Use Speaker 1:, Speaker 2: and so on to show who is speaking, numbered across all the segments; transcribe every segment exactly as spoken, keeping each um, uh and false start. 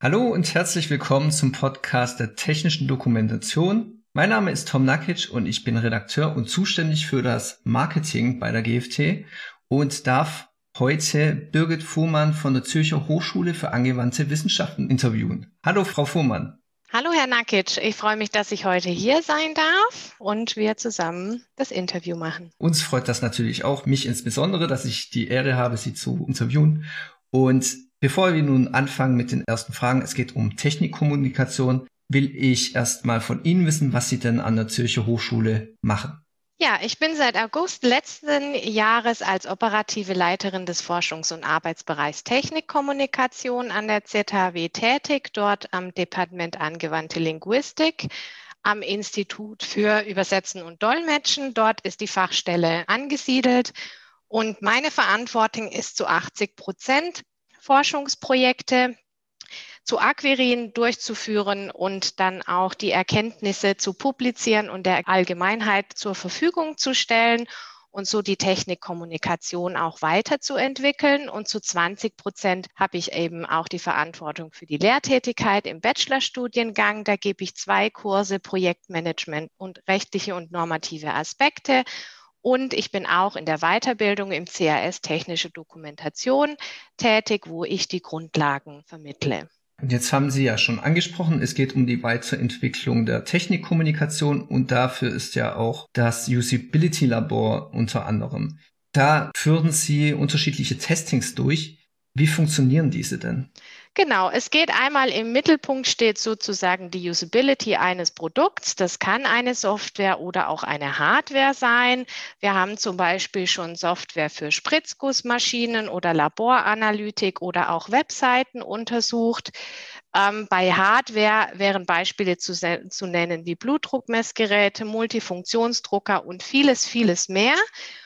Speaker 1: Hallo und herzlich willkommen zum Podcast der technischen Dokumentation. Mein Name ist Tom Nakic und ich bin Redakteur und zuständig für das Marketing bei der G F T und darf heute Birgit Fuhrmann von der Zürcher Hochschule für angewandte Wissenschaften interviewen. Hallo, Frau Fuhrmann.
Speaker 2: Hallo, Herr Nakic. Ich freue mich, dass ich heute hier sein darf und wir zusammen das Interview machen.
Speaker 1: Uns freut das natürlich auch, mich insbesondere, dass ich die Ehre habe, Sie zu interviewen. Und bevor wir nun anfangen mit den ersten Fragen, es geht um Technikkommunikation, will ich erst mal von Ihnen wissen, was Sie denn an der Zürcher Hochschule machen.
Speaker 2: Ja, ich bin seit August letzten Jahres als operative Leiterin des Forschungs- und Arbeitsbereichs Technikkommunikation an der Z H W tätig, dort am Departement Angewandte Linguistik, am Institut für Übersetzen und Dolmetschen. Dort ist die Fachstelle angesiedelt und meine Verantwortung ist zu achtzig Prozent Forschungsprojekte zu akquirieren, durchzuführen und dann auch die Erkenntnisse zu publizieren und der Allgemeinheit zur Verfügung zu stellen und so die Technikkommunikation auch weiterzuentwickeln. Und zu zwanzig Prozent habe ich eben auch die Verantwortung für die Lehrtätigkeit im Bachelorstudiengang. Da gebe ich zwei Kurse, Projektmanagement und rechtliche und normative Aspekte. Und ich bin auch in der Weiterbildung im C A S Technische Dokumentation tätig, wo ich die Grundlagen vermittle.
Speaker 1: Und jetzt haben Sie ja schon angesprochen, es geht um die Weiterentwicklung der Technikkommunikation und dafür ist ja auch das Usability Labor unter anderem. Da führen Sie unterschiedliche Testings durch. Wie funktionieren diese denn?
Speaker 2: Genau, es geht einmal im Mittelpunkt steht sozusagen die Usability eines Produkts. Das kann eine Software oder auch eine Hardware sein. Wir haben zum Beispiel schon Software für Spritzgussmaschinen oder Laboranalytik oder auch Webseiten untersucht. Ähm, bei Hardware wären Beispiele zu, zu nennen wie Blutdruckmessgeräte, Multifunktionsdrucker und vieles, vieles mehr.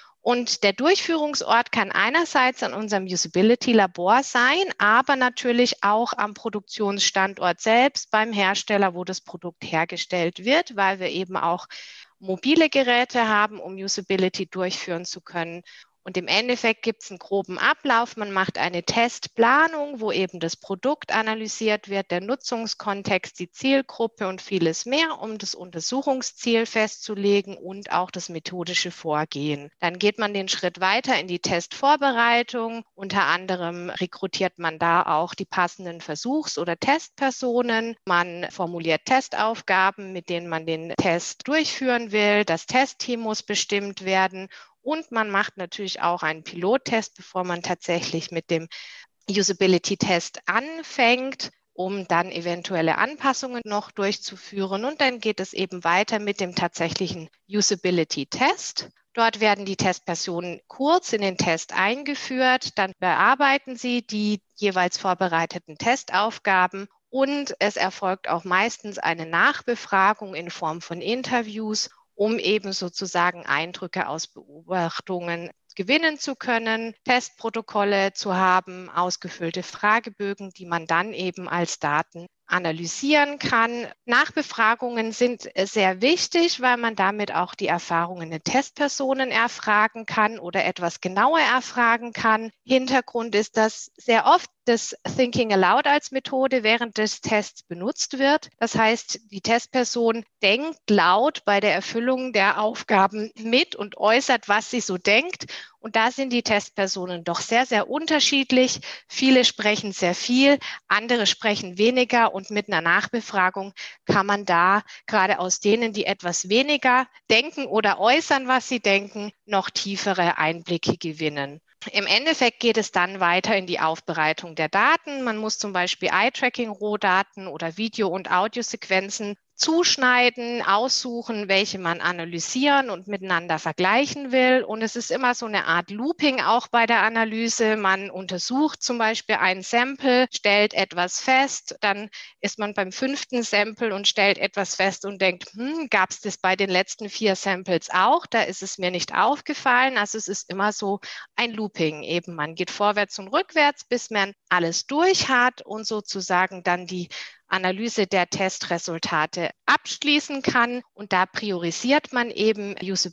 Speaker 2: Und der Durchführungsort kann einerseits an unserem Usability-Labor sein, aber natürlich auch am Produktionsstandort selbst beim Hersteller, wo das Produkt hergestellt wird, weil wir eben auch mobile Geräte haben, um Usability durchführen zu können. Und im Endeffekt gibt es einen groben Ablauf. Man macht eine Testplanung, wo eben das Produkt analysiert wird, der Nutzungskontext, die Zielgruppe und vieles mehr, um das Untersuchungsziel festzulegen und auch das methodische Vorgehen. Dann geht man den Schritt weiter in die Testvorbereitung. Unter anderem rekrutiert man da auch die passenden Versuchs- oder Testpersonen. Man formuliert Testaufgaben, mit denen man den Test durchführen will. Das Testteam muss bestimmt werden. Und man macht natürlich auch einen Pilottest, bevor man tatsächlich mit dem Usability-Test anfängt, um dann eventuelle Anpassungen noch durchzuführen. Und dann geht es eben weiter mit dem tatsächlichen Usability-Test. Dort werden die Testpersonen kurz in den Test eingeführt. Dann bearbeiten sie die jeweils vorbereiteten Testaufgaben. Und es erfolgt auch meistens eine Nachbefragung in Form von Interviews, um eben sozusagen Eindrücke aus Beobachtungen gewinnen zu können, Testprotokolle zu haben, ausgefüllte Fragebögen, die man dann eben als Daten analysieren kann. Nachbefragungen sind sehr wichtig, weil man damit auch die Erfahrungen der Testpersonen erfragen kann oder etwas genauer erfragen kann. Hintergrund ist, dass sehr oft das Thinking Aloud als Methode während des Tests benutzt wird. Das heißt, die Testperson denkt laut bei der Erfüllung der Aufgaben mit und äußert, was sie so denkt. Und da sind die Testpersonen doch sehr, sehr unterschiedlich. Viele sprechen sehr viel, andere sprechen weniger. Und mit einer Nachbefragung kann man da gerade aus denen, die etwas weniger denken oder äußern, was sie denken, noch tiefere Einblicke gewinnen. Im Endeffekt geht es dann weiter in die Aufbereitung der Daten. Man muss zum Beispiel Eye-Tracking-Rohdaten oder Video- und Audiosequenzen zuschneiden, aussuchen, welche man analysieren und miteinander vergleichen will. Und es ist immer so eine Art Looping auch bei der Analyse. Man untersucht zum Beispiel ein Sample, stellt etwas fest, dann ist man beim fünften Sample und stellt etwas fest und denkt, hm, gab es das bei den letzten vier Samples auch? Da ist es mir nicht aufgefallen. Also es ist immer so ein Looping eben. Man geht vorwärts und rückwärts, bis man alles durch hat und sozusagen dann die Analyse der Testresultate abschließen kann. Und da priorisiert man eben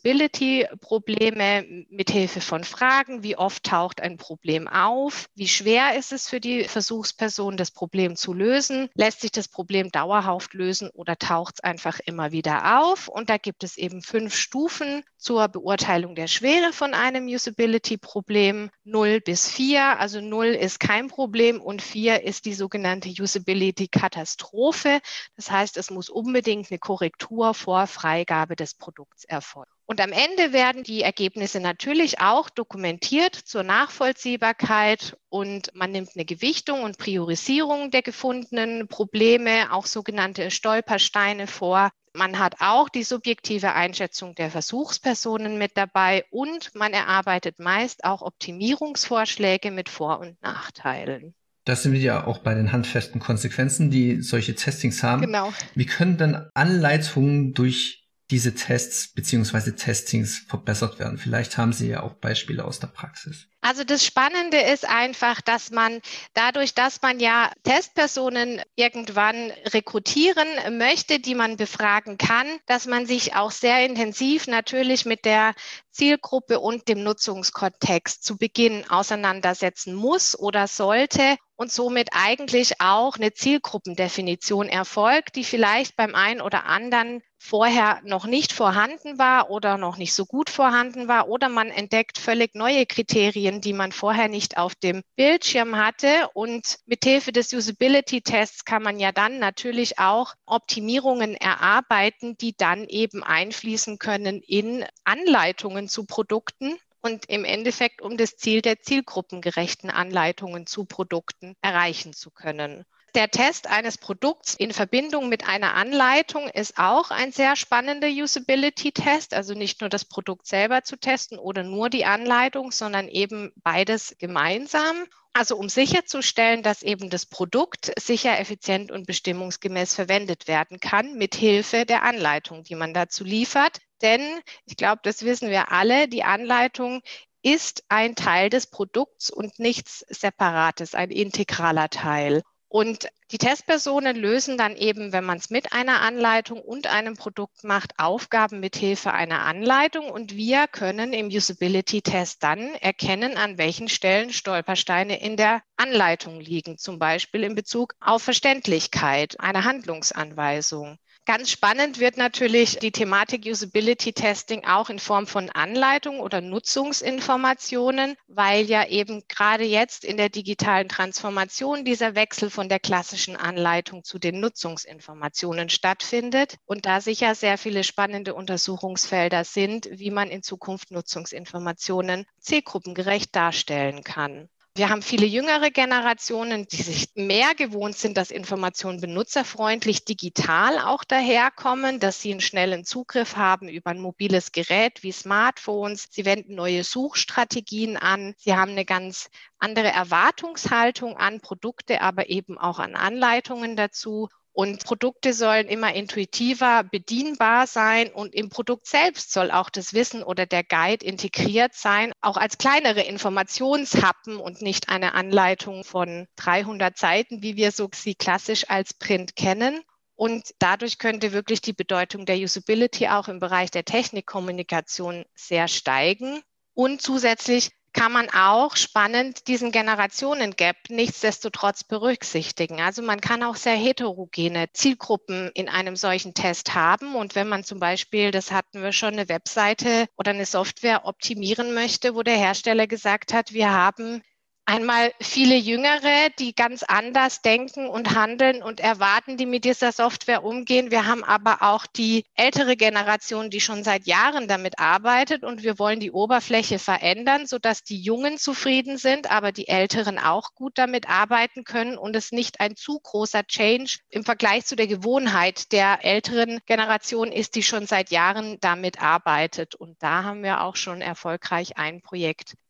Speaker 2: Usability-Probleme mithilfe von Fragen. Wie oft taucht ein Problem auf? Wie schwer ist es für die Versuchsperson, das Problem zu lösen? Lässt sich das Problem dauerhaft lösen oder taucht es einfach immer wieder auf? Und da gibt es eben fünf Stufen zur Beurteilung der Schwere von einem Usability-Problem. null bis vier, also null ist kein Problem und vier ist die sogenannte Usability-Katastrophe. Das heißt, es muss unbedingt eine Korrektur vor Freigabe des Produkts erfolgen. Und am Ende werden die Ergebnisse natürlich auch dokumentiert zur Nachvollziehbarkeit und man nimmt eine Gewichtung und Priorisierung der gefundenen Probleme, auch sogenannte Stolpersteine vor. Man hat auch die subjektive Einschätzung der Versuchspersonen mit dabei und man erarbeitet meist auch Optimierungsvorschläge mit Vor- und Nachteilen.
Speaker 1: Das sind wir ja auch bei den handfesten Konsequenzen, die solche Testings haben.
Speaker 2: Genau.
Speaker 1: Wie können dann Anleitungen durch diese Tests bzw. Testings verbessert werden? Vielleicht haben Sie ja auch Beispiele aus der Praxis.
Speaker 2: Also das Spannende ist einfach, dass man dadurch, dass man ja Testpersonen irgendwann rekrutieren möchte, die man befragen kann, dass man sich auch sehr intensiv natürlich mit der Zielgruppe und dem Nutzungskontext zu Beginn auseinandersetzen muss oder sollte und somit eigentlich auch eine Zielgruppendefinition erfolgt, die vielleicht beim einen oder anderen vorher noch nicht vorhanden war oder noch nicht so gut vorhanden war oder man entdeckt völlig neue Kriterien, die man vorher nicht auf dem Bildschirm hatte. Und mithilfe des Usability-Tests kann man ja dann natürlich auch Optimierungen erarbeiten, die dann eben einfließen können in Anleitungen zu Produkten und im Endeffekt um das Ziel der zielgruppengerechten Anleitungen zu Produkten erreichen zu können. Der Test eines Produkts in Verbindung mit einer Anleitung ist auch ein sehr spannender Usability-Test, also nicht nur das Produkt selber zu testen oder nur die Anleitung, sondern eben beides gemeinsam. Also um sicherzustellen, dass eben das Produkt sicher, effizient und bestimmungsgemäß verwendet werden kann, mit Hilfe der Anleitung, die man dazu liefert. Denn ich glaube, das wissen wir alle, die Anleitung ist ein Teil des Produkts und nichts Separates, ein integraler Teil. Und die Testpersonen lösen dann eben, wenn man es mit einer Anleitung und einem Produkt macht, Aufgaben mit Hilfe einer Anleitung. Und wir können im Usability-Test dann erkennen, an welchen Stellen Stolpersteine in der Anleitung liegen, zum Beispiel in Bezug auf Verständlichkeit, eine Handlungsanweisung. Ganz spannend wird natürlich die Thematik Usability Testing auch in Form von Anleitungen oder Nutzungsinformationen, weil ja eben gerade jetzt in der digitalen Transformation dieser Wechsel von der klassischen Anleitung zu den Nutzungsinformationen stattfindet und da sicher sehr viele spannende Untersuchungsfelder sind, wie man in Zukunft Nutzungsinformationen zielgruppengerecht darstellen kann. Wir haben viele jüngere Generationen, die sich mehr gewohnt sind, dass Informationen benutzerfreundlich digital auch daherkommen, dass sie einen schnellen Zugriff haben über ein mobiles Gerät wie Smartphones. Sie wenden neue Suchstrategien an. Sie haben eine ganz andere Erwartungshaltung an Produkte, aber eben auch an Anleitungen dazu. Und Produkte sollen immer intuitiver bedienbar sein und im Produkt selbst soll auch das Wissen oder der Guide integriert sein, auch als kleinere Informationshappen und nicht eine Anleitung von dreihundert Seiten, wie wir so sie klassisch als Print kennen. Und dadurch könnte wirklich die Bedeutung der Usability auch im Bereich der Technikkommunikation sehr steigen. Und zusätzlich kann man auch spannend diesen Generationengap nichtsdestotrotz berücksichtigen. Also man kann auch sehr heterogene Zielgruppen in einem solchen Test haben. Und wenn man zum Beispiel, das hatten wir schon, eine Webseite oder eine Software optimieren möchte, wo der Hersteller gesagt hat, wir haben einmal viele Jüngere, die ganz anders denken und handeln und erwarten, die mit dieser Software umgehen. Wir haben aber auch die ältere Generation, die schon seit Jahren damit arbeitet und wir wollen die Oberfläche verändern, sodass die Jungen zufrieden sind, aber die Älteren auch gut damit arbeiten können und es nicht ein zu großer Change im Vergleich zu der Gewohnheit der älteren Generation ist, die schon seit Jahren damit arbeitet. Und da haben wir auch schon erfolgreich ein Projekt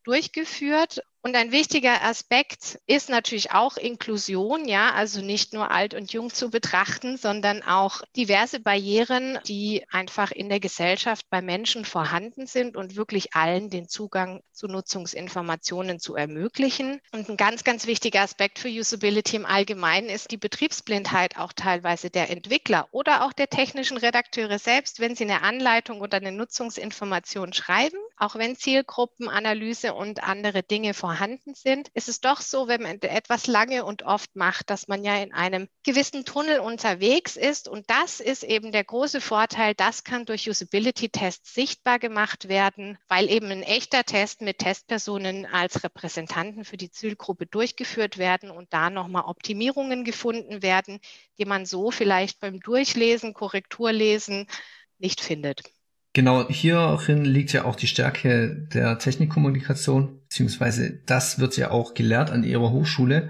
Speaker 2: durchgeführt. Und ein wichtiger Aspekt ist natürlich auch Inklusion, ja, also nicht nur alt und jung zu betrachten, sondern auch diverse Barrieren, die einfach in der Gesellschaft bei Menschen vorhanden sind und wirklich allen den Zugang zu Nutzungsinformationen zu ermöglichen. Und ein ganz, ganz wichtiger Aspekt für Usability im Allgemeinen ist die Betriebsblindheit auch teilweise der Entwickler oder auch der technischen Redakteure selbst, wenn sie eine Anleitung oder eine Nutzungsinformation schreiben, auch wenn Zielgruppenanalyse und andere Dinge vorhanden sind, ist es doch so, wenn man etwas lange und oft macht, dass man ja in einem gewissen Tunnel unterwegs ist. Und das ist eben der große Vorteil. Das kann durch Usability-Tests sichtbar gemacht werden, weil eben ein echter Test mit Testpersonen als Repräsentanten für die Zielgruppe durchgeführt werden und da nochmal Optimierungen gefunden werden, die man so vielleicht beim Durchlesen, Korrekturlesen nicht findet.
Speaker 1: Genau, hierin liegt ja auch die Stärke der Technikkommunikation, beziehungsweise das wird ja auch gelehrt an Ihrer Hochschule.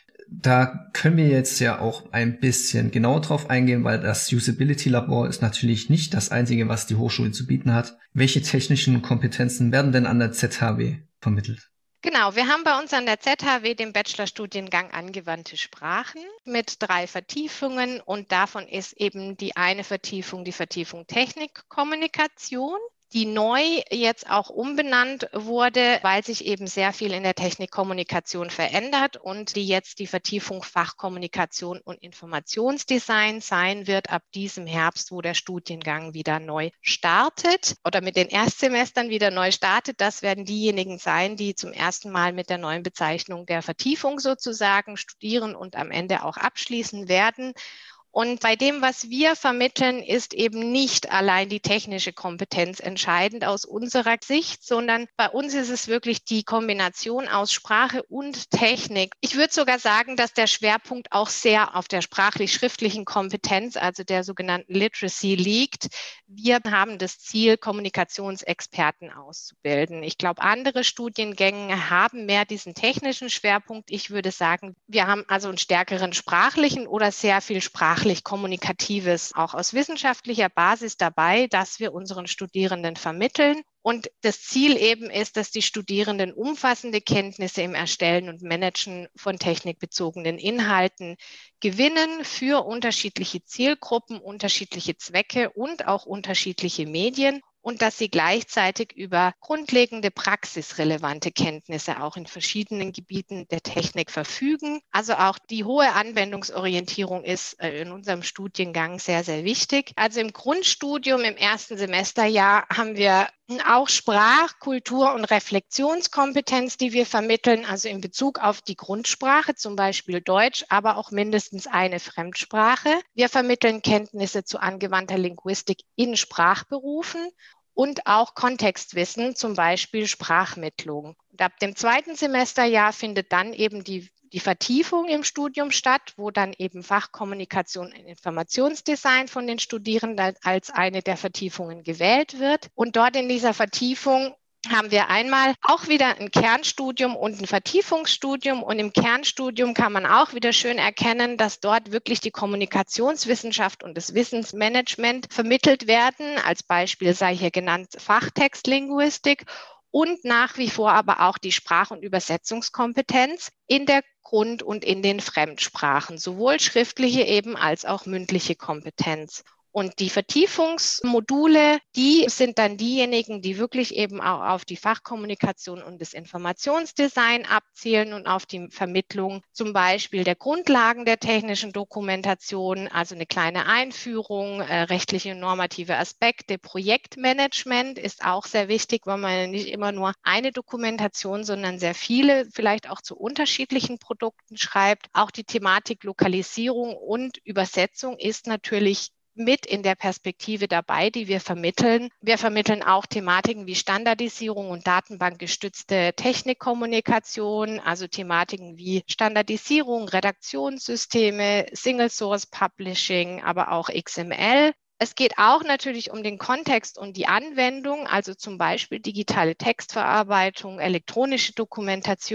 Speaker 1: Da können wir jetzt ja auch ein bisschen genauer drauf eingehen, weil das Usability-Labor ist natürlich nicht das Einzige, was die Hochschule zu bieten hat. Welche technischen Kompetenzen werden denn an der Z H W vermittelt?
Speaker 2: Genau, wir haben bei uns an der Z H W den Bachelorstudiengang Angewandte Sprachen mit drei Vertiefungen und davon ist eben die eine Vertiefung die Vertiefung Technikkommunikation, die neu jetzt auch umbenannt wurde, weil sich eben sehr viel in der Technikkommunikation verändert und die jetzt die Vertiefung Fachkommunikation und Informationsdesign sein wird ab diesem Herbst, wo der Studiengang wieder neu startet oder mit den Erstsemestern wieder neu startet. Das werden diejenigen sein, die zum ersten Mal mit der neuen Bezeichnung der Vertiefung sozusagen studieren und am Ende auch abschließen werden. Und bei dem, was wir vermitteln, ist eben nicht allein die technische Kompetenz entscheidend aus unserer Sicht, sondern bei uns ist es wirklich die Kombination aus Sprache und Technik. Ich würde sogar sagen, dass der Schwerpunkt auch sehr auf der sprachlich-schriftlichen Kompetenz, also der sogenannten Literacy, liegt. Wir haben das Ziel, Kommunikationsexperten auszubilden. Ich glaube, andere Studiengänge haben mehr diesen technischen Schwerpunkt. Ich würde sagen, wir haben also einen stärkeren sprachlichen oder sehr viel sprachlichen Kommunikatives auch aus wissenschaftlicher Basis dabei, dass wir unseren Studierenden vermitteln. Und das Ziel eben ist, dass die Studierenden umfassende Kenntnisse im Erstellen und Managen von technikbezogenen Inhalten gewinnen für unterschiedliche Zielgruppen, unterschiedliche Zwecke und auch unterschiedliche Medien. Und dass sie gleichzeitig über grundlegende praxisrelevante Kenntnisse auch in verschiedenen Gebieten der Technik verfügen. Also auch die hohe Anwendungsorientierung ist in unserem Studiengang sehr, sehr wichtig. Also im Grundstudium im ersten Semesterjahr haben wir auch Sprach-, Kultur- und Reflexionskompetenz, die wir vermitteln, also in Bezug auf die Grundsprache, zum Beispiel Deutsch, aber auch mindestens eine Fremdsprache. Wir vermitteln Kenntnisse zu angewandter Linguistik in Sprachberufen und auch Kontextwissen, zum Beispiel Sprachmittlung. Und ab dem zweiten Semesterjahr findet dann eben die, die Vertiefung im Studium statt, wo dann eben Fachkommunikation und Informationsdesign von den Studierenden als eine der Vertiefungen gewählt wird. Und dort in dieser Vertiefung haben wir einmal auch wieder ein Kernstudium und ein Vertiefungsstudium. Und im Kernstudium kann man auch wieder schön erkennen, dass dort wirklich die Kommunikationswissenschaft und das Wissensmanagement vermittelt werden. Als Beispiel sei hier genannt Fachtextlinguistik und nach wie vor aber auch die Sprach- und Übersetzungskompetenz in der Grund- und in den Fremdsprachen, sowohl schriftliche eben als auch mündliche Kompetenz. Und die Vertiefungsmodule, die sind dann diejenigen, die wirklich eben auch auf die Fachkommunikation und das Informationsdesign abzielen und auf die Vermittlung zum Beispiel der Grundlagen der technischen Dokumentation, also eine kleine Einführung, äh, rechtliche und normative Aspekte, Projektmanagement ist auch sehr wichtig, weil man nicht immer nur eine Dokumentation, sondern sehr viele, vielleicht auch zu unterschiedlichen Produkten schreibt. Auch die Thematik Lokalisierung und Übersetzung ist natürlich mit in der Perspektive dabei, die wir vermitteln. Wir vermitteln auch Thematiken wie Standardisierung und datenbankgestützte Technikkommunikation, also Thematiken wie Standardisierung, Redaktionssysteme, Single Source Publishing, aber auch X M L. Es geht auch natürlich um den Kontext und die Anwendung, also zum Beispiel digitale Textverarbeitung, elektronische Dokumentation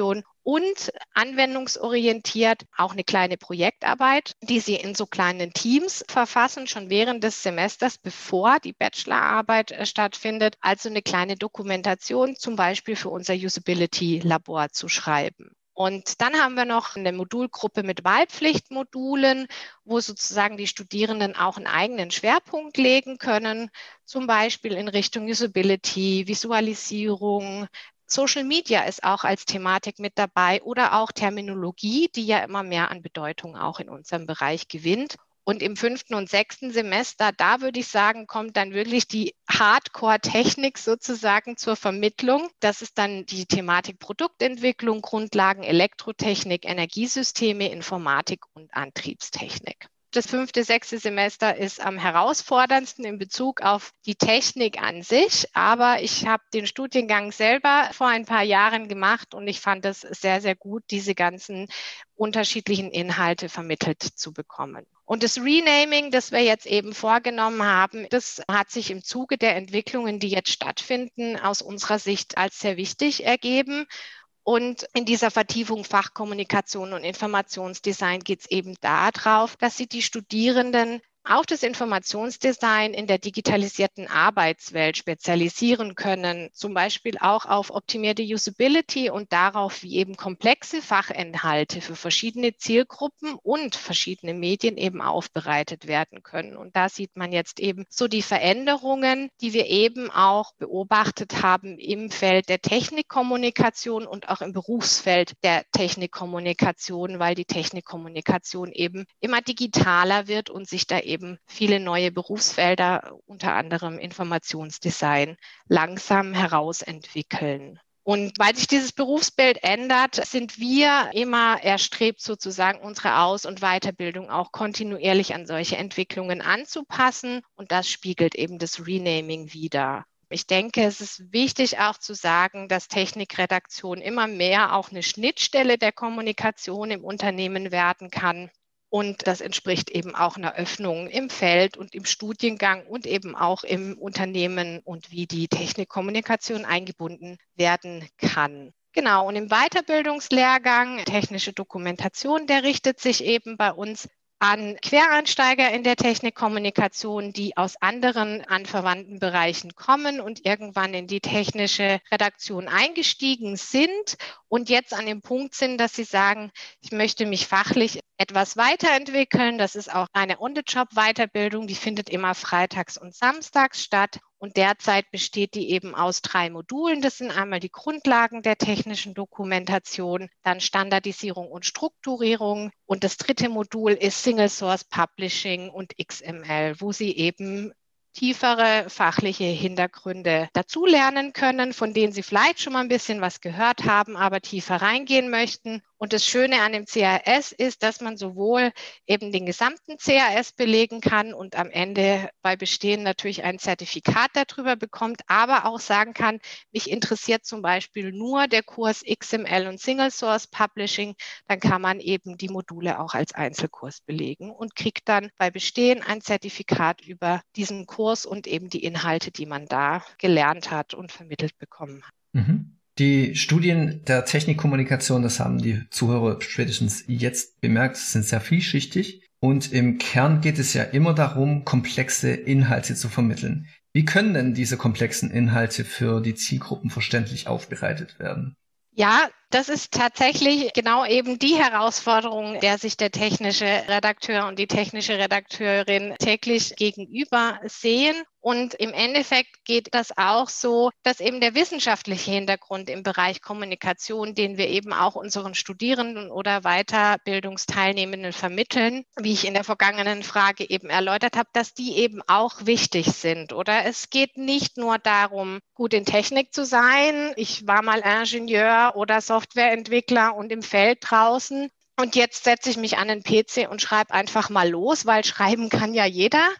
Speaker 2: und anwendungsorientiert auch eine kleine Projektarbeit, die Sie in so kleinen Teams verfassen, schon während des Semesters, bevor die Bachelorarbeit äh, stattfindet, also eine kleine Dokumentation zum Beispiel für unser Usability-Labor zu schreiben. Und dann haben wir noch eine Modulgruppe mit Wahlpflichtmodulen, wo sozusagen die Studierenden auch einen eigenen Schwerpunkt legen können, zum Beispiel in Richtung Usability, Visualisierung. Social Media ist auch als Thematik mit dabei oder auch Terminologie, die ja immer mehr an Bedeutung auch in unserem Bereich gewinnt. Und im fünften und sechsten Semester, da würde ich sagen, kommt dann wirklich die Hardcore-Technik sozusagen zur Vermittlung. Das ist dann die Thematik Produktentwicklung, Grundlagen, Elektrotechnik, Energiesysteme, Informatik und Antriebstechnik. Das fünfte, sechste Semester ist am herausforderndsten in Bezug auf die Technik an sich. Aber ich habe den Studiengang selber vor ein paar Jahren gemacht und ich fand es sehr, sehr gut, diese ganzen unterschiedlichen Inhalte vermittelt zu bekommen. Und das Renaming, das wir jetzt eben vorgenommen haben, das hat sich im Zuge der Entwicklungen, die jetzt stattfinden, aus unserer Sicht als sehr wichtig ergeben. Und in dieser Vertiefung Fachkommunikation und Informationsdesign geht es eben darauf, dass Sie die Studierenden auf das Informationsdesign in der digitalisierten Arbeitswelt spezialisieren können, zum Beispiel auch auf optimierte Usability und darauf, wie eben komplexe Fachinhalte für verschiedene Zielgruppen und verschiedene Medien eben aufbereitet werden können. Und da sieht man jetzt eben so die Veränderungen, die wir eben auch beobachtet haben im Feld der Technikkommunikation und auch im Berufsfeld der Technikkommunikation, weil die Technikkommunikation eben immer digitaler wird und sich da eben viele neue Berufsfelder, unter anderem Informationsdesign, langsam herausentwickeln. Und weil sich dieses Berufsbild ändert, sind wir immer erstrebt, sozusagen unsere Aus- und Weiterbildung auch kontinuierlich an solche Entwicklungen anzupassen. Und das spiegelt eben das Renaming wider. Ich denke, es ist wichtig auch zu sagen, dass Technikredaktion immer mehr auch eine Schnittstelle der Kommunikation im Unternehmen werden kann. Und das entspricht eben auch einer Öffnung im Feld und im Studiengang und eben auch im Unternehmen und wie die Technikkommunikation eingebunden werden kann. Genau, und im Weiterbildungslehrgang technische Dokumentation, der richtet sich eben bei uns an Quereinsteiger in der Technikkommunikation, die aus anderen anverwandten Bereichen kommen und irgendwann in die technische Redaktion eingestiegen sind und jetzt an dem Punkt sind, dass sie sagen, ich möchte mich fachlich etwas weiterentwickeln. Das ist auch eine On-the-Job-Weiterbildung, die findet immer freitags und samstags statt. Und derzeit besteht die eben aus drei Modulen. Das sind einmal die Grundlagen der technischen Dokumentation, dann Standardisierung und Strukturierung. Und das dritte Modul ist Single Source Publishing und X M L, wo Sie eben tiefere fachliche Hintergründe dazulernen können, von denen Sie vielleicht schon mal ein bisschen was gehört haben, aber tiefer reingehen möchten. Und das Schöne an dem C A S ist, dass man sowohl eben den gesamten C A S belegen kann und am Ende bei Bestehen natürlich ein Zertifikat darüber bekommt, aber auch sagen kann, mich interessiert zum Beispiel nur der Kurs X M L und Single Source Publishing, dann kann man eben die Module auch als Einzelkurs belegen und kriegt dann bei Bestehen ein Zertifikat über diesen Kurs und eben die Inhalte, die man da gelernt hat und vermittelt bekommen hat.
Speaker 1: Mhm. Die Studien der Technikkommunikation, das haben die Zuhörer spätestens jetzt bemerkt, sind sehr vielschichtig. Und im Kern geht es ja immer darum, komplexe Inhalte zu vermitteln. Wie können denn diese komplexen Inhalte für die Zielgruppen verständlich aufbereitet werden?
Speaker 2: Ja, das ist tatsächlich genau eben die Herausforderung, der sich der technische Redakteur und die technische Redakteurin täglich gegenüber sehen. Und im Endeffekt geht das auch so, dass eben der wissenschaftliche Hintergrund im Bereich Kommunikation, den wir eben auch unseren Studierenden oder Weiterbildungsteilnehmenden vermitteln, wie ich in der vergangenen Frage eben erläutert habe, dass die eben auch wichtig sind. Oder es geht nicht nur darum, gut in Technik zu sein. Ich war mal Ingenieur oder Softwareentwickler und im Feld draußen. Und jetzt setze ich mich an den P C und schreibe einfach mal los, weil schreiben kann ja jeder.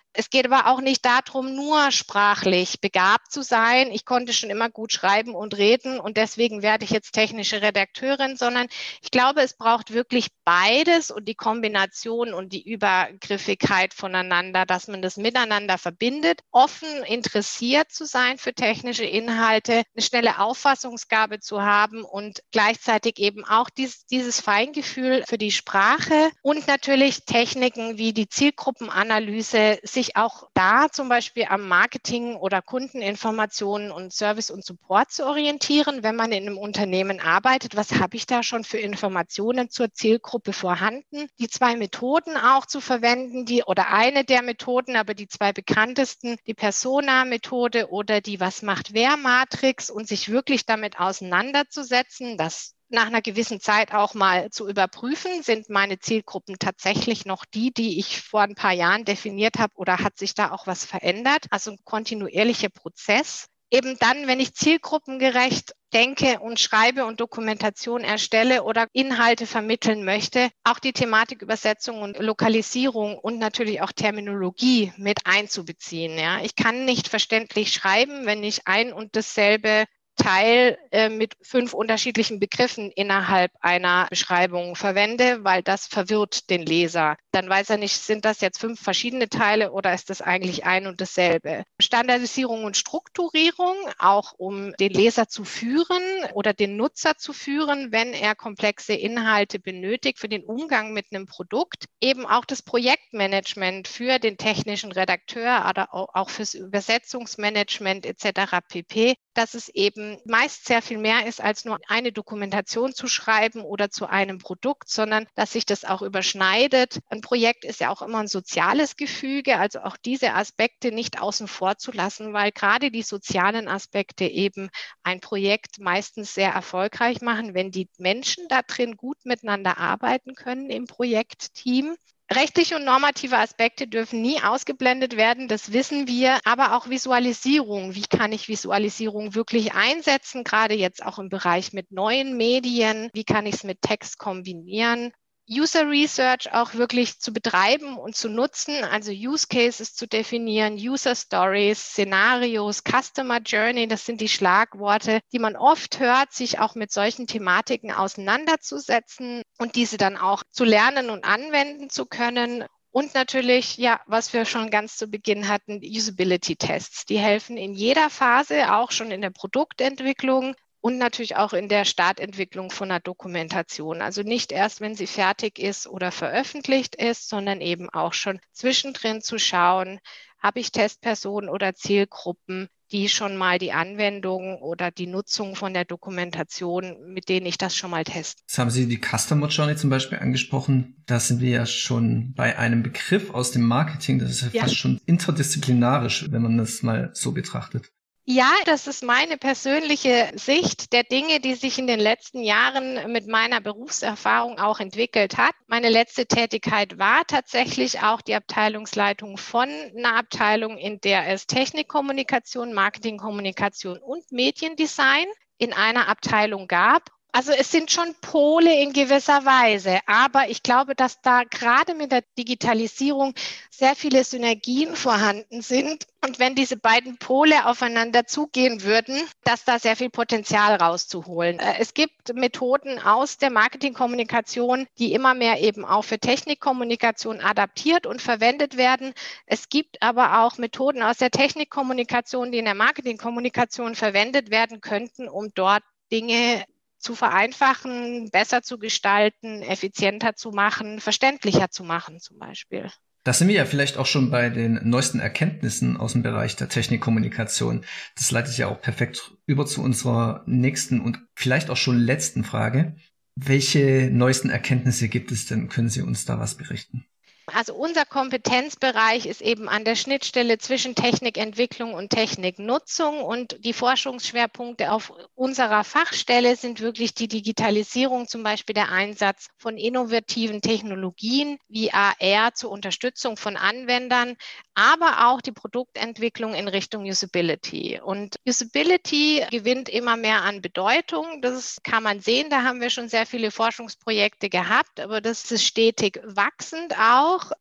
Speaker 2: Es geht aber auch nicht darum, nur sprachlich begabt zu sein. Ich konnte schon immer gut schreiben und reden und deswegen werde ich jetzt technische Redakteurin, sondern ich glaube, es braucht wirklich beides und die Kombination und die Übergriffigkeit voneinander, dass man das miteinander verbindet, offen interessiert zu sein für technische Inhalte, eine schnelle Auffassungsgabe zu haben und gleichzeitig eben auch dies, dieses Feingefühl für die Sprache und natürlich Techniken wie die Zielgruppenanalyse, sich auch da zum Beispiel am Marketing oder Kundeninformationen und Service und Support zu orientieren, wenn man in einem Unternehmen arbeitet. Was habe ich da schon für Informationen zur Zielgruppe vorhanden? Die zwei Methoden auch zu verwenden, die oder eine der Methoden, aber die zwei bekanntesten, die Persona-Methode oder die Was-macht-wer-Matrix und sich wirklich damit auseinanderzusetzen, dass nach einer gewissen Zeit auch mal zu überprüfen, sind meine Zielgruppen tatsächlich noch die, die ich vor ein paar Jahren definiert habe oder hat sich da auch was verändert? Also ein kontinuierlicher Prozess. Eben dann, wenn ich zielgruppengerecht denke und schreibe und Dokumentation erstelle oder Inhalte vermitteln möchte, auch die Thematik Übersetzung und Lokalisierung und natürlich auch Terminologie mit einzubeziehen. Ja. Ich kann nicht verständlich schreiben, wenn ich ein und dasselbe Teil äh, mit fünf unterschiedlichen Begriffen innerhalb einer Beschreibung verwende, weil das verwirrt den Leser. Dann weiß er nicht, sind das jetzt fünf verschiedene Teile oder ist das eigentlich ein und dasselbe. Standardisierung und Strukturierung, auch um den Leser zu führen oder den Nutzer zu führen, wenn er komplexe Inhalte benötigt für den Umgang mit einem Produkt. Eben auch das Projektmanagement für den technischen Redakteur oder auch fürs Übersetzungsmanagement et cetera pp., dass es eben meist sehr viel mehr ist, als nur eine Dokumentation zu schreiben oder zu einem Produkt, sondern dass sich das auch überschneidet. Ein Projekt ist ja auch immer ein soziales Gefüge, also auch diese Aspekte nicht außen vor zu lassen, weil gerade die sozialen Aspekte eben ein Projekt meistens sehr erfolgreich machen, wenn die Menschen da drin gut miteinander arbeiten können im Projektteam. Rechtliche und normative Aspekte dürfen nie ausgeblendet werden, das wissen wir, aber auch Visualisierung. Wie kann ich Visualisierung wirklich einsetzen, gerade jetzt auch im Bereich mit neuen Medien? Wie kann ich es mit Text kombinieren? User Research auch wirklich zu betreiben und zu nutzen, also Use Cases zu definieren, User Stories, Szenarios, Customer Journey, das sind die Schlagworte, die man oft hört, sich auch mit solchen Thematiken auseinanderzusetzen und diese dann auch zu lernen und anwenden zu können. Und natürlich, ja, was wir schon ganz zu Beginn hatten, Usability-Tests. Die helfen in jeder Phase, auch schon in der Produktentwicklung, und natürlich auch in der Startentwicklung von einer Dokumentation. Also nicht erst, wenn sie fertig ist oder veröffentlicht ist, sondern eben auch schon zwischendrin zu schauen, habe ich Testpersonen oder Zielgruppen, die schon mal die Anwendung oder die Nutzung von der Dokumentation, mit denen ich das schon mal teste.
Speaker 1: Jetzt haben Sie die Customer Journey zum Beispiel angesprochen. Da sind wir ja schon bei einem Begriff aus dem Marketing. Das ist ja, ja fast schon interdisziplinarisch, wenn man das mal so betrachtet.
Speaker 2: Ja, das ist meine persönliche Sicht der Dinge, die sich in den letzten Jahren mit meiner Berufserfahrung auch entwickelt hat. Meine letzte Tätigkeit war tatsächlich auch die Abteilungsleitung von einer Abteilung, in der es Technikkommunikation, Marketingkommunikation und Mediendesign in einer Abteilung gab. Also es sind schon Pole in gewisser Weise, aber ich glaube, dass da gerade mit der Digitalisierung sehr viele Synergien vorhanden sind. Und wenn diese beiden Pole aufeinander zugehen würden, dass da sehr viel Potenzial rauszuholen. Es gibt Methoden aus der Marketingkommunikation, die immer mehr eben auch für Technikkommunikation adaptiert und verwendet werden. Es gibt aber auch Methoden aus der Technikkommunikation, die in der Marketingkommunikation verwendet werden könnten, um dort Dinge zu vereinfachen, besser zu gestalten, effizienter zu machen, verständlicher zu machen zum Beispiel.
Speaker 1: Da sind wir ja vielleicht auch schon bei den neuesten Erkenntnissen aus dem Bereich der Technikkommunikation. Das leitet ja auch perfekt über zu unserer nächsten und vielleicht auch schon letzten Frage. Welche neuesten Erkenntnisse gibt es denn? Können Sie uns da was berichten?
Speaker 2: Also unser Kompetenzbereich ist eben an der Schnittstelle zwischen Technikentwicklung und Techniknutzung und die Forschungsschwerpunkte auf unserer Fachstelle sind wirklich die Digitalisierung, zum Beispiel der Einsatz von innovativen Technologien wie A R zur Unterstützung von Anwendern, aber auch die Produktentwicklung in Richtung Usability. Und Usability gewinnt immer mehr an Bedeutung. Das kann man sehen, da haben wir schon sehr viele Forschungsprojekte gehabt, aber das ist stetig wachsend auch.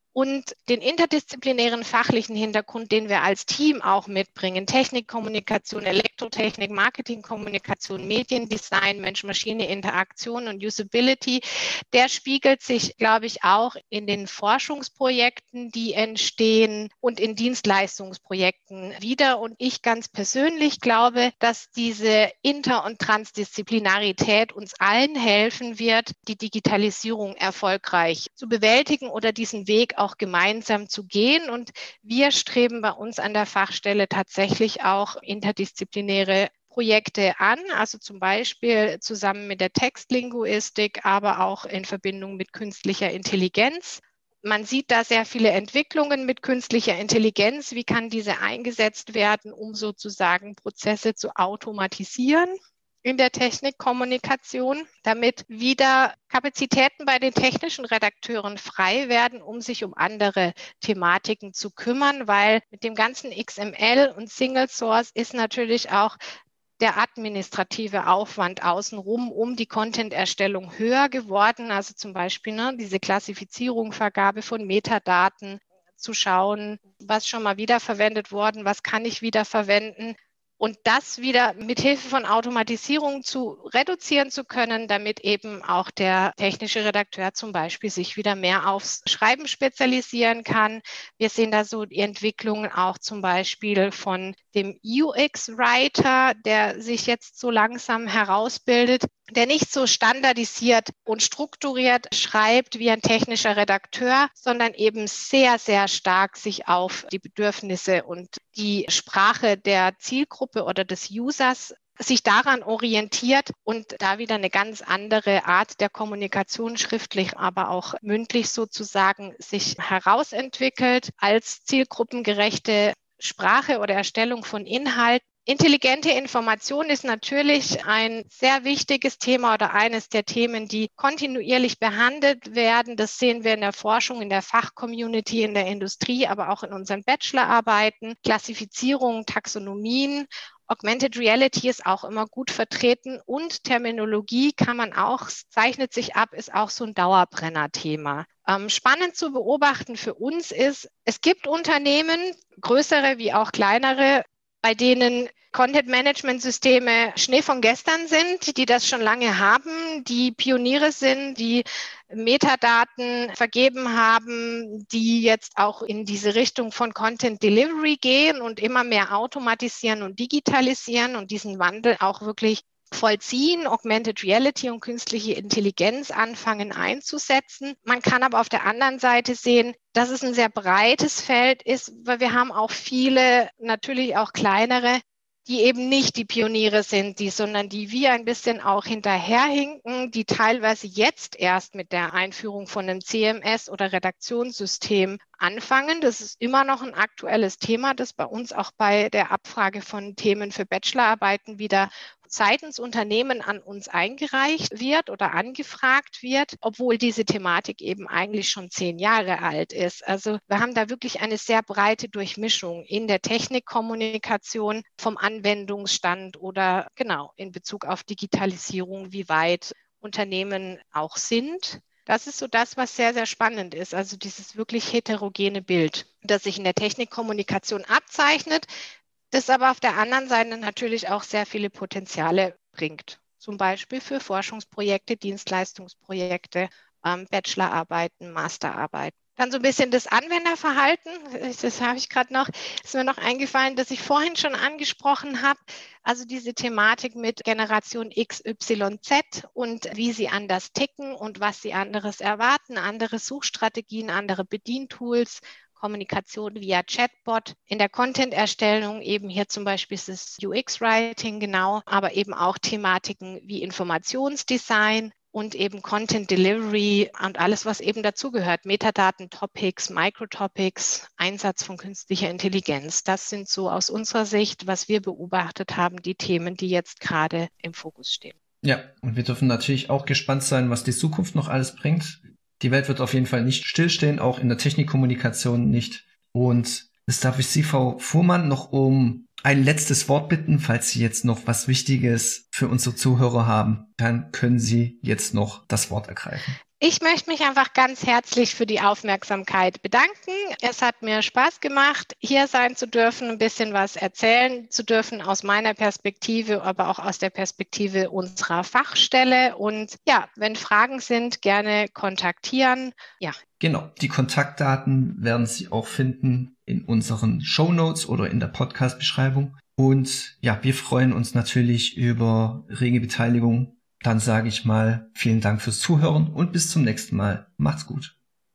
Speaker 2: und den interdisziplinären fachlichen Hintergrund, den wir als Team auch mitbringen. Technik, Kommunikation, Elektrotechnik, Marketing, Kommunikation, Mediendesign, Mensch-Maschine-Interaktion und Usability, der spiegelt sich, glaube ich, auch in den Forschungsprojekten, die entstehen und in Dienstleistungsprojekten wieder. Und ich ganz persönlich glaube, dass diese Inter- und Transdisziplinarität uns allen helfen wird, die Digitalisierung erfolgreich zu bewältigen oder diesen Weg auch gemeinsam zu gehen. Und wir streben bei uns an der Fachstelle tatsächlich auch interdisziplinäre Projekte an, also zum Beispiel zusammen mit der Textlinguistik, aber auch in Verbindung mit künstlicher Intelligenz. Man sieht da sehr viele Entwicklungen mit künstlicher Intelligenz. Wie kann diese eingesetzt werden, um sozusagen Prozesse zu automatisieren in der Technikkommunikation, damit wieder Kapazitäten bei den technischen Redakteuren frei werden, um sich um andere Thematiken zu kümmern, weil mit dem ganzen X M L und Single Source ist natürlich auch der administrative Aufwand außenrum um die Content-Erstellung höher geworden. Also zum Beispiel ne, diese Klassifizierung, Vergabe von Metadaten, zu schauen, was schon mal wiederverwendet worden, was kann ich wiederverwenden. Und das wieder mit Hilfe von Automatisierung zu reduzieren zu können, damit eben auch der technische Redakteur zum Beispiel sich wieder mehr aufs Schreiben spezialisieren kann. Wir sehen da so die Entwicklungen auch zum Beispiel von dem U X-Writer, der sich jetzt so langsam herausbildet, der nicht so standardisiert und strukturiert schreibt wie ein technischer Redakteur, sondern eben sehr, sehr stark sich auf die Bedürfnisse und die Sprache der Zielgruppe oder des Users sich daran orientiert und da wieder eine ganz andere Art der Kommunikation, schriftlich, aber auch mündlich sozusagen, sich herausentwickelt als zielgruppengerechte Sprache oder Erstellung von Inhalten. Intelligente Information ist natürlich ein sehr wichtiges Thema oder eines der Themen, die kontinuierlich behandelt werden. Das sehen wir in der Forschung, in der Fachcommunity, in der Industrie, aber auch in unseren Bachelorarbeiten. Klassifizierung, Taxonomien. Augmented Reality ist auch immer gut vertreten und Terminologie kann man auch, zeichnet sich ab, ist auch so ein Dauerbrenner-Thema. Ähm, spannend zu beobachten für uns ist, es gibt Unternehmen, größere wie auch kleinere, bei denen Content-Management-Systeme Schnee von gestern sind, die das schon lange haben, die Pioniere sind, die Metadaten vergeben haben, die jetzt auch in diese Richtung von Content Delivery gehen und immer mehr automatisieren und digitalisieren und diesen Wandel auch wirklich vollziehen, Augmented Reality und künstliche Intelligenz anfangen einzusetzen. Man kann aber auf der anderen Seite sehen, dass es ein sehr breites Feld ist, weil wir haben auch viele, natürlich auch kleinere, die eben nicht die Pioniere sind, die, sondern die wir ein bisschen auch hinterherhinken, die teilweise jetzt erst mit der Einführung von einem C M S oder Redaktionssystem anfangen. Das ist immer noch ein aktuelles Thema, das bei uns auch bei der Abfrage von Themen für Bachelorarbeiten wieder seitens Unternehmen an uns eingereicht wird oder angefragt wird, obwohl diese Thematik eben eigentlich schon zehn Jahre alt ist. Also wir haben da wirklich eine sehr breite Durchmischung in der Technikkommunikation vom Anwendungsstand oder genau in Bezug auf Digitalisierung, wie weit Unternehmen auch sind. Das ist so das, was sehr, sehr spannend ist. Also dieses wirklich heterogene Bild, das sich in der Technikkommunikation abzeichnet, das aber auf der anderen Seite natürlich auch sehr viele Potenziale bringt. Zum Beispiel für Forschungsprojekte, Dienstleistungsprojekte, ähm, Bachelorarbeiten, Masterarbeiten. Dann so ein bisschen das Anwenderverhalten, das habe ich gerade noch, ist mir noch eingefallen, dass ich vorhin schon angesprochen habe. Also diese Thematik mit Generation X, Y, Z und wie sie anders ticken und was sie anderes erwarten, andere Suchstrategien, andere Bedientools, Kommunikation via Chatbot, in der Content-Erstellung eben hier zum Beispiel ist es U X-Writing, genau, aber eben auch Thematiken wie Informationsdesign und eben Content Delivery und alles, was eben dazugehört, Metadaten, Topics, Microtopics, Einsatz von künstlicher Intelligenz. Das sind so aus unserer Sicht, was wir beobachtet haben, die Themen, die jetzt gerade im Fokus stehen.
Speaker 1: Ja, und wir dürfen natürlich auch gespannt sein, was die Zukunft noch alles bringt. Die Welt wird auf jeden Fall nicht stillstehen, auch in der Technikkommunikation nicht. Und jetzt darf ich Sie, Frau Fuhrmann, noch um ein letztes Wort bitten. Falls Sie jetzt noch was Wichtiges für unsere Zuhörer haben, dann können Sie jetzt noch das Wort ergreifen.
Speaker 2: Ich möchte mich einfach ganz herzlich für die Aufmerksamkeit bedanken. Es hat mir Spaß gemacht, hier sein zu dürfen, ein bisschen was erzählen zu dürfen aus meiner Perspektive, aber auch aus der Perspektive unserer Fachstelle. Und ja, wenn Fragen sind, gerne kontaktieren. Ja.
Speaker 1: Genau, die Kontaktdaten werden Sie auch finden in unseren Shownotes oder in der Podcast-Beschreibung. Und ja, wir freuen uns natürlich über rege Beteiligung. Dann sage ich mal vielen Dank fürs Zuhören und bis zum nächsten Mal. Macht's gut.